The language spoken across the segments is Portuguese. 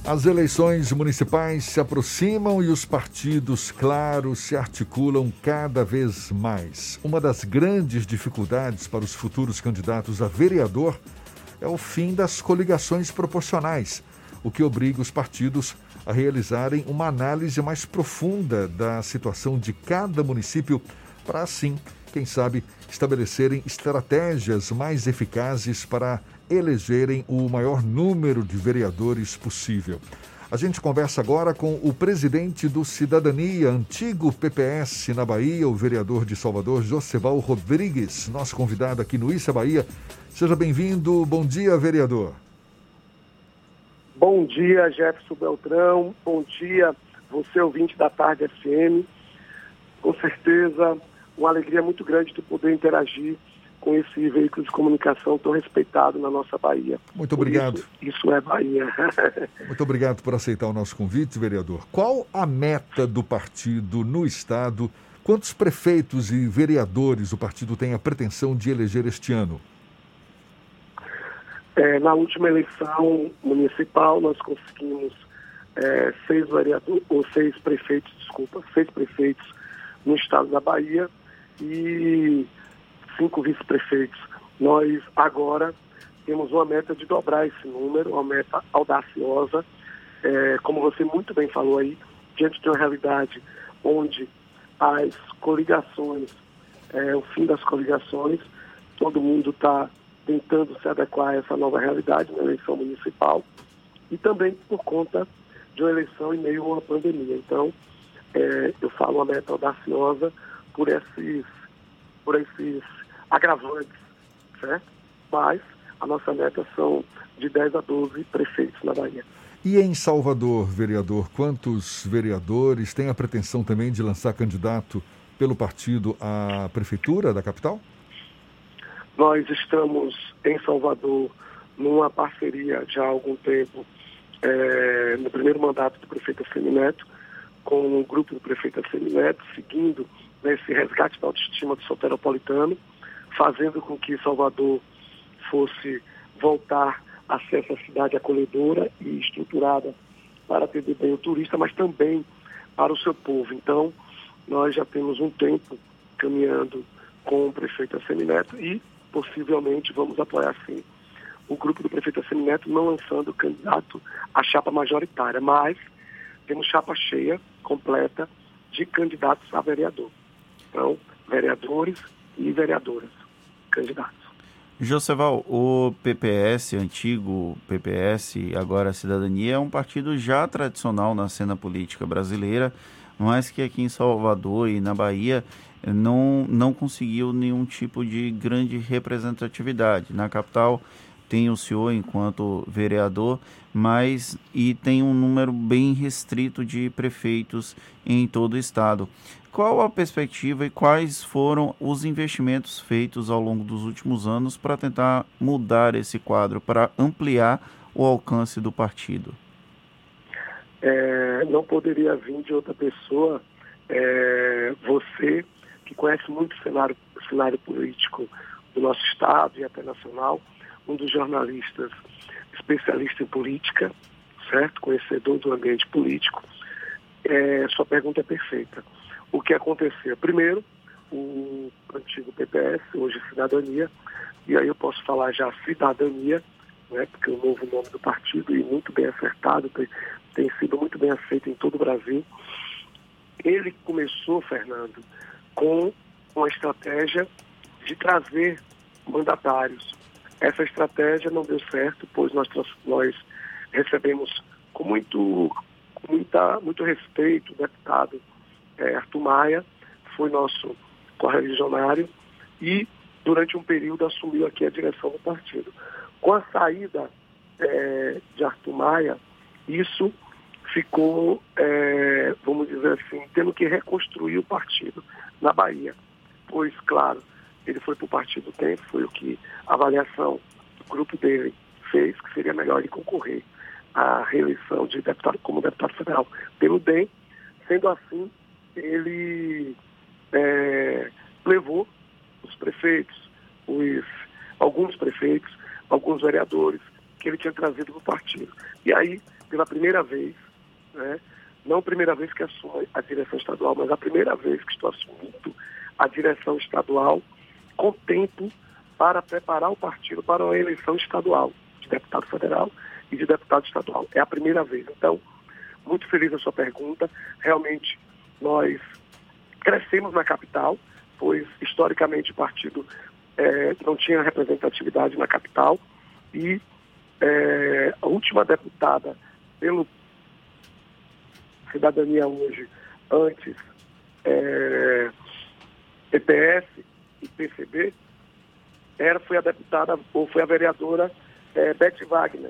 As eleições municipais se aproximam e os partidos, claro, se articulam cada vez mais. Uma das grandes dificuldades para os futuros candidatos a vereador é o fim das coligações proporcionais, o que obriga os partidos a realizarem uma análise mais profunda da situação de cada município para, assim, quem sabe, estabelecerem estratégias mais eficazes para elegerem o maior número de vereadores possível. A gente conversa agora com o presidente do Cidadania, antigo PPS na Bahia, o vereador de Salvador, Joseval Rodrigues, nosso convidado aqui no Issa Bahia. Seja bem-vindo. Bom dia, vereador. Bom dia, Jefferson Beltrão. Bom dia, você ouvinte da Tarde FM. Com certeza, uma alegria muito grande de poder interagir com esse veículo de comunicação tão respeitado na nossa Bahia. Muito obrigado. Isso é Bahia. Muito obrigado por aceitar o nosso convite, vereador. Qual a meta do partido no Estado? Quantos prefeitos e vereadores o partido tem a pretensão de eleger este ano? Na última eleição municipal, nós conseguimos seis prefeitos no estado da Bahia e 5 vice-prefeitos. Nós agora temos uma meta de dobrar esse número, uma meta audaciosa, como você muito bem falou aí, diante de uma realidade onde as coligações, o fim das coligações, todo mundo está tentando se adequar a essa nova realidade na eleição municipal e também por conta de uma eleição em meio a uma pandemia. Então, eu falo uma meta audaciosa por esses agravantes, certo? Mas a nossa meta são de 10 a 12 prefeitos na Bahia. E em Salvador, vereador, quantos vereadores têm a pretensão também de lançar candidato pelo partido à prefeitura da capital? Nós estamos em Salvador numa parceria já há algum tempo, no primeiro mandato do prefeito Assemineto, com o grupo do prefeito Assemineto, seguindo esse resgate da autoestima do soteropolitano, fazendo com que Salvador fosse voltar a ser essa cidade acolhedora e estruturada para atender bem o turista, mas também para o seu povo. Então, nós já temos um tempo caminhando com o prefeito Assemineto e possivelmente vamos apoiar, sim, o grupo do prefeito Assemineto, não lançando candidato à chapa majoritária, mas temos chapa cheia, completa, de candidatos a vereador. Então, vereadores e vereadoras, candidatos. Joseval, o PPS, antigo PPS, agora Cidadania, é um partido já tradicional na cena política brasileira, mas que aqui em Salvador e na Bahia não conseguiu nenhum tipo de grande representatividade. Na capital tem o senhor enquanto vereador, mas tem um número bem restrito de prefeitos em todo o estado. Qual a perspectiva e quais foram os investimentos feitos ao longo dos últimos anos para tentar mudar esse quadro, para ampliar o alcance do partido? Não poderia vir de outra pessoa, você que conhece muito o cenário político do nosso estado e até nacional, um dos jornalistas especialista em política, certo? Conhecedor do ambiente político. Sua pergunta é perfeita. O que aconteceu? Primeiro, o antigo PPS, hoje Cidadania, e aí eu posso falar já Cidadania, né, porque é o novo nome do partido e muito bem acertado, tem sido muito bem aceito em todo o Brasil. Ele começou, Fernando, com uma estratégia de trazer mandatários. Essa estratégia não deu certo, pois nós recebemos com muito respeito o deputado Arthur Maia, foi nosso correligionário e durante um período assumiu aqui a direção do partido. Com a saída de Arthur Maia, isso ficou, vamos dizer assim, tendo que reconstruir o partido na Bahia. Pois, claro, ele foi para o Partido Tempo, foi o que a avaliação do grupo dele fez, que seria melhor ele concorrer à reeleição de deputado como deputado federal pelo DEM. Sendo assim, ele levou os prefeitos, alguns prefeitos, alguns vereadores que ele tinha trazido para o partido. E aí pela primeira vez, né? Não a primeira vez que assumo a direção estadual, mas a primeira vez que estou assumindo a direção estadual com tempo para preparar o partido para uma eleição estadual, de deputado federal e de deputado estadual. É a primeira vez. Então, muito feliz a sua pergunta. Realmente, nós crescemos na capital, pois, historicamente, o partido não tinha representatividade na capital e a última deputada pelo Cidadania hoje, antes PPS e PCB, foi a deputada, ou foi a vereadora Beth Wagner.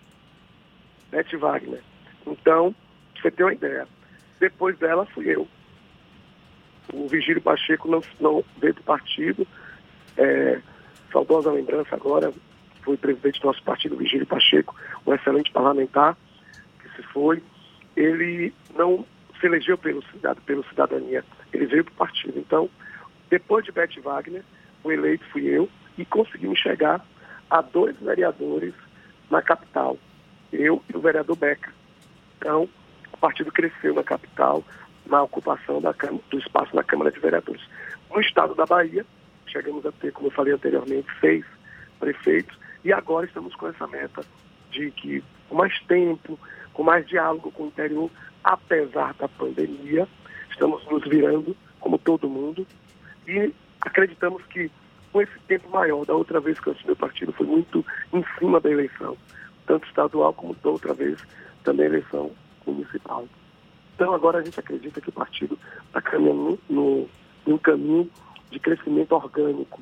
Então, você tem uma ideia. Depois dela fui eu. O Vigílio Pacheco não veio do partido. Saudosa lembrança agora, foi presidente do nosso partido, Vigílio Pacheco, um excelente parlamentar que se foi. Ele não se elegeu pelo Cidadania, ele veio para o partido. Então, depois de Beth Wagner, o eleito fui eu e conseguimos chegar a 2 vereadores na capital, eu e o vereador Beca. Então, o partido cresceu na capital, na ocupação do espaço na Câmara de Vereadores. No estado da Bahia, chegamos a ter, como eu falei anteriormente, 6 prefeitos, e agora estamos com essa meta de que, com mais tempo, com mais diálogo com o interior, apesar da pandemia, estamos nos virando, como todo mundo, e acreditamos que com esse tempo maior, da outra vez que eu assumi o partido, foi muito em cima da eleição, tanto estadual como da outra vez também a eleição municipal. Então agora a gente acredita que o partido está caminhando num caminho de crescimento orgânico.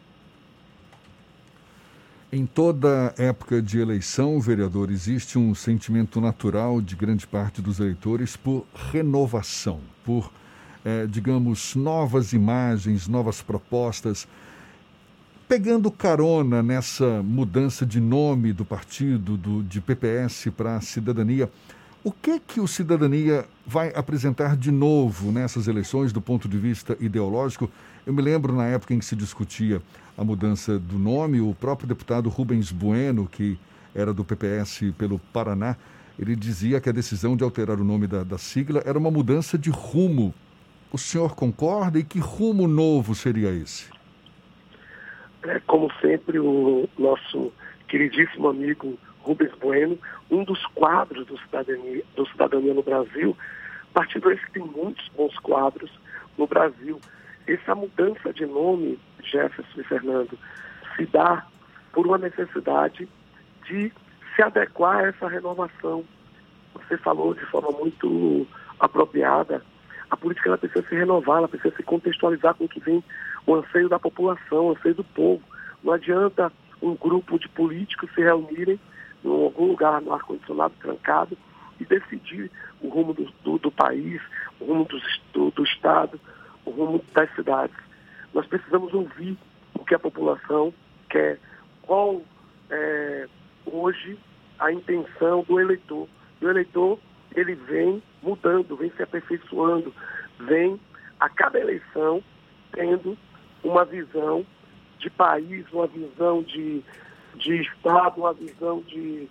Em toda época de eleição, vereador, existe um sentimento natural de grande parte dos eleitores por renovação, por, digamos, novas imagens, novas propostas. Pegando carona nessa mudança de nome do partido, de PPS para Cidadania, o que o Cidadania vai apresentar de novo nessas eleições do ponto de vista ideológico? Eu me lembro na época em que se discutia a mudança do nome, o próprio deputado Rubens Bueno, que era do PPS pelo Paraná, ele dizia que a decisão de alterar o nome da sigla era uma mudança de rumo. O senhor concorda? E que rumo novo seria esse? Como sempre, o nosso queridíssimo amigo Rubens Bueno, um dos quadros do Cidadania no Brasil, partido esse que tem muitos bons quadros no Brasil. Essa mudança de nome, Jefferson e Fernando, se dá por uma necessidade de se adequar a essa renovação. Você falou de forma muito apropriada, a política ela precisa se renovar, ela precisa se contextualizar com o que vem o anseio da população, o anseio do povo. Não adianta um grupo de políticos se reunirem em algum lugar no ar-condicionado trancado e decidir o rumo do país, o rumo do Estado, o rumo das cidades. Nós precisamos ouvir o que a população quer, qual é hoje a intenção do eleitor. O eleitor, ele vem mudando, vem se aperfeiçoando, vem a cada eleição tendo uma visão de país, uma visão de Estado, uma visão de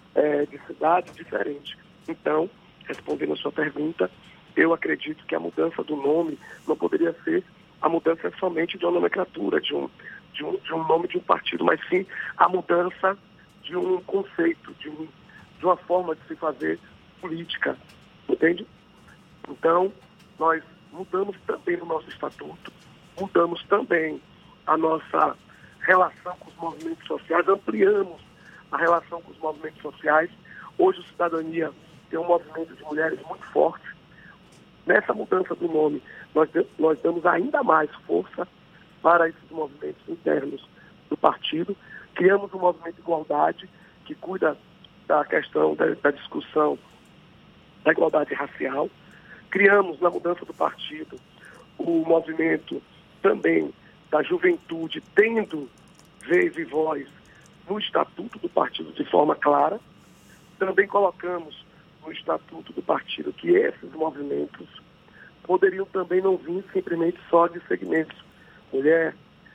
cidade diferente. Então, respondendo a sua pergunta, eu acredito que a mudança do nome não poderia ser a mudança somente de uma nomenclatura, de um nome de um partido, mas sim a mudança de um conceito, de uma forma de se fazer política, entende? Então, nós mudamos também o nosso estatuto, mudamos também a nossa relação com os movimentos sociais, ampliamos a relação com os movimentos sociais. Hoje, o Cidadania tem um movimento de mulheres muito forte. Nessa mudança do nome, nós damos ainda mais força para esses movimentos internos do partido. Criamos um movimento de igualdade que cuida da questão da discussão da igualdade racial. Criamos, na mudança do partido, o movimento também da juventude, tendo vez e voz no estatuto do partido de forma clara. Também colocamos no estatuto do partido que esses movimentos poderiam também não vir simplesmente só de segmentos. Mulher,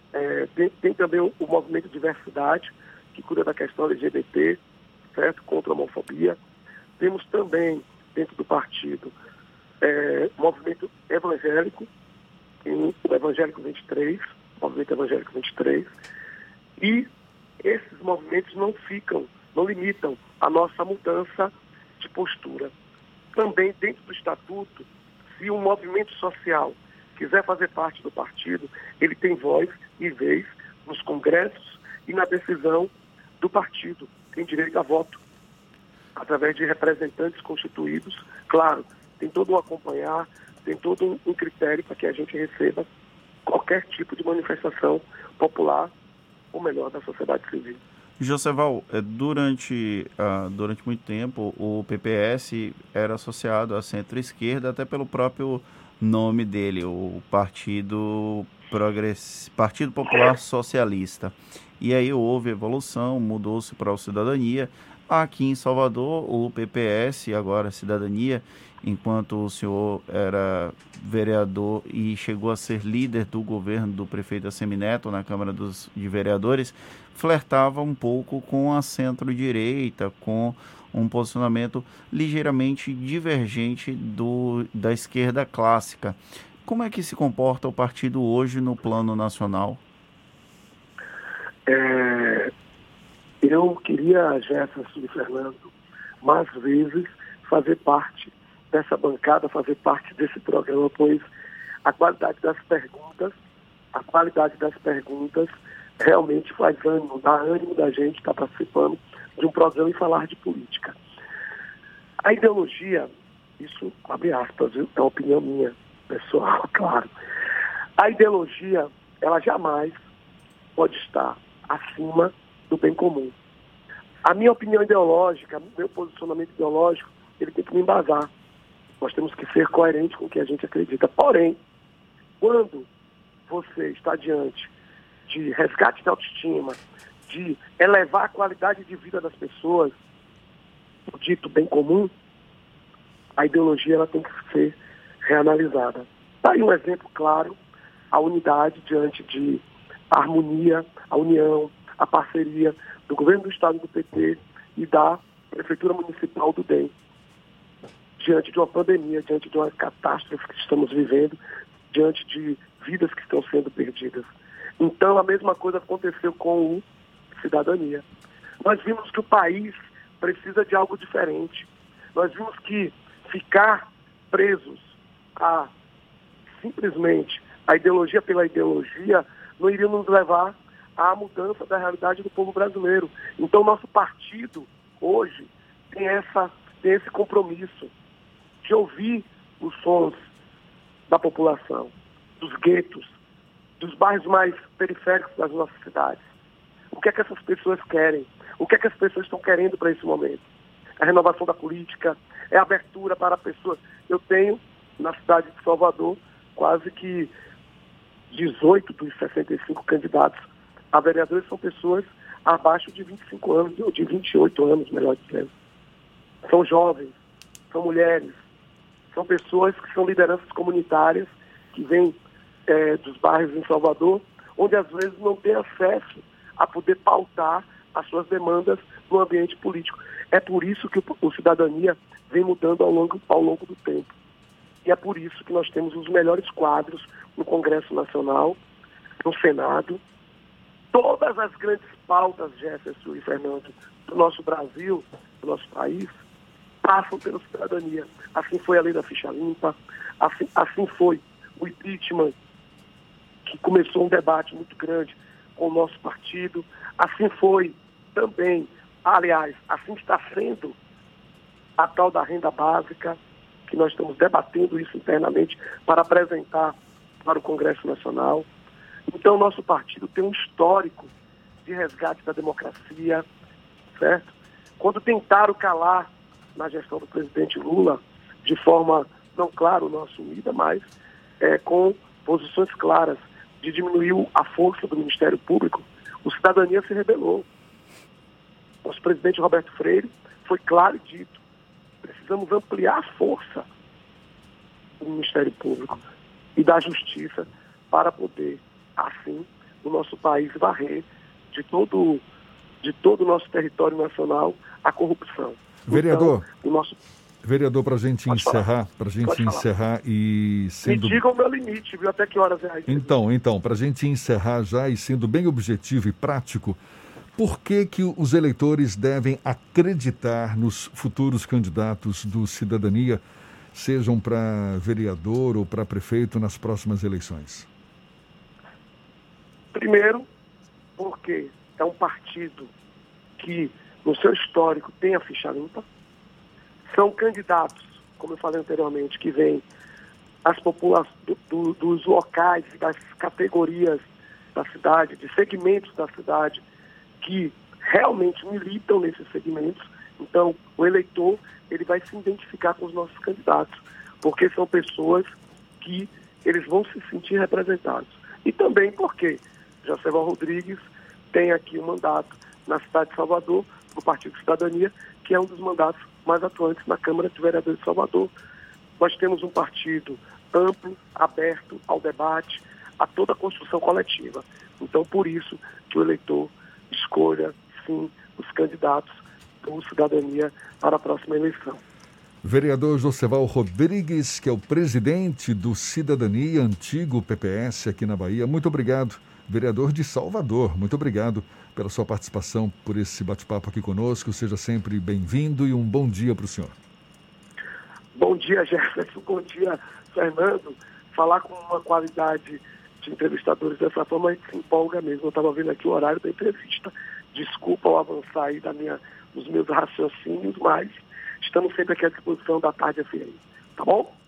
tem também o movimento de diversidade, que cuida da questão LGBT, certo? Contra a homofobia. Temos também, dentro do partido, movimento evangélico, o Evangélico 23, movimento Evangélico 23, e esses movimentos não limitam a nossa mudança de postura. Também dentro do estatuto, se um movimento social quiser fazer parte do partido, ele tem voz e vez nos congressos e na decisão do partido. Tem direito a voto, através de representantes constituídos. Claro, tem todo um acompanhar, tem todo um critério para que a gente receba qualquer tipo de manifestação popular, ou melhor, da sociedade civil. Joseval, durante muito tempo o PPS era associado à centro-esquerda, até pelo próprio nome dele, o Partido Popular Socialista. E aí houve evolução, mudou-se para o Cidadania. Aqui em Salvador, o PPS, agora Cidadania, enquanto o senhor era vereador e chegou a ser líder do governo do prefeito Assemineto na Câmara de Vereadores, flertava um pouco com a centro-direita, com um posicionamento ligeiramente divergente da esquerda clássica. Como é que se comporta o partido hoje no plano nacional? Eu queria, Jefferson e Fernando, mais vezes fazer parte dessa bancada, fazer parte desse programa, pois a qualidade das perguntas realmente faz ânimo, dá ânimo da gente estar participando de um programa e falar de política. A ideologia, isso abre aspas, viu? É uma opinião minha, pessoal, claro. A ideologia, ela jamais pode estar acima do bem comum. A minha opinião ideológica, meu posicionamento ideológico, ele tem que me embasar. Nós temos que ser coerentes com o que a gente acredita. Porém, quando você está diante de resgate da autoestima, de elevar a qualidade de vida das pessoas, o dito bem comum, a ideologia ela tem que ser reanalisada. Está aí um exemplo claro, a unidade diante de a harmonia, a união, a parceria do governo do estado do PT e da Prefeitura Municipal do DEM. Diante de uma pandemia, diante de uma catástrofe que estamos vivendo, diante de vidas que estão sendo perdidas. Então, a mesma coisa aconteceu com o Cidadania. Nós vimos que o país precisa de algo diferente. Nós vimos que ficar presos a simplesmente a ideologia pela ideologia não iria nos levar à mudança da realidade do povo brasileiro. Então, nosso partido, hoje, tem esse compromisso de ouvir os sons da população, dos guetos, dos bairros mais periféricos das nossas cidades. O que é que essas pessoas querem? O que é que as pessoas estão querendo para esse momento? A renovação da política, é a abertura para pessoas. Eu tenho, na cidade de Salvador, quase que 18 dos 65 candidatos a vereadores são pessoas abaixo de 25 anos, ou de 28 anos, melhor dizendo. São jovens, são mulheres, são pessoas que são lideranças comunitárias, que vêm dos bairros em Salvador, onde às vezes não tem acesso a poder pautar as suas demandas no ambiente político. É por isso que o Cidadania vem mudando ao longo do tempo. E é por isso que nós temos os melhores quadros no Congresso Nacional, no Senado. Todas as grandes pautas, Jefferson e Fernando, do nosso Brasil, do nosso país, passam pela Cidadania. Assim foi a lei da ficha limpa, assim foi o impeachment, que começou um debate muito grande com o nosso partido. Assim foi também, aliás, assim está sendo a tal da renda básica, que nós estamos debatendo isso internamente para apresentar para o Congresso Nacional. Então, nosso partido tem um histórico de resgate da democracia, certo? Quando tentaram calar na gestão do presidente Lula, de forma, não claro, não assumida, mas com posições claras de diminuir a força do Ministério Público, o Cidadania se rebelou. Nosso presidente Roberto Freire foi claro e dito: precisamos ampliar a força do Ministério Público e da Justiça para poder, assim, o nosso país varrer de todo o nosso território nacional a corrupção. Vereador, então, o nosso... Vereador, para a gente encerrar e sendo... Me diga o meu limite, viu? Até que horas é aí? Então, para a gente encerrar já e sendo bem objetivo e prático, por que os eleitores devem acreditar nos futuros candidatos do Cidadania, sejam para vereador ou para prefeito nas próximas eleições? Primeiro, porque é um partido que, no seu histórico, tem a ficha limpa. São candidatos, como eu falei anteriormente, que vêm as populações dos locais, das categorias da cidade, de segmentos da cidade, que realmente militam nesses segmentos. Então, o eleitor ele vai se identificar com os nossos candidatos, porque são pessoas que eles vão se sentir representados. E também porque Joceval Rodrigues tem aqui um mandato na cidade de Salvador, no Partido Cidadania, que é um dos mandatos mais atuantes na Câmara de Vereadores de Salvador. Nós temos um partido amplo, aberto ao debate, a toda a construção coletiva. Então, por isso que o eleitor escolha, sim, os candidatos do Cidadania para a próxima eleição. Vereador Joceval Rodrigues, que é o presidente do Cidadania, antigo PPS aqui na Bahia. Muito obrigado, vereador de Salvador. Muito obrigado pela sua participação, por esse bate-papo aqui conosco. Seja sempre bem-vindo e um bom dia para o senhor. Bom dia, Jefferson. Bom dia, Fernando. Falar com uma qualidade de entrevistadores dessa forma, a gente se empolga mesmo. Eu estava vendo aqui o horário da entrevista. Desculpa o avançar aí dos meus raciocínios, mas estamos sempre aqui à disposição da Tarde FM. Tá bom?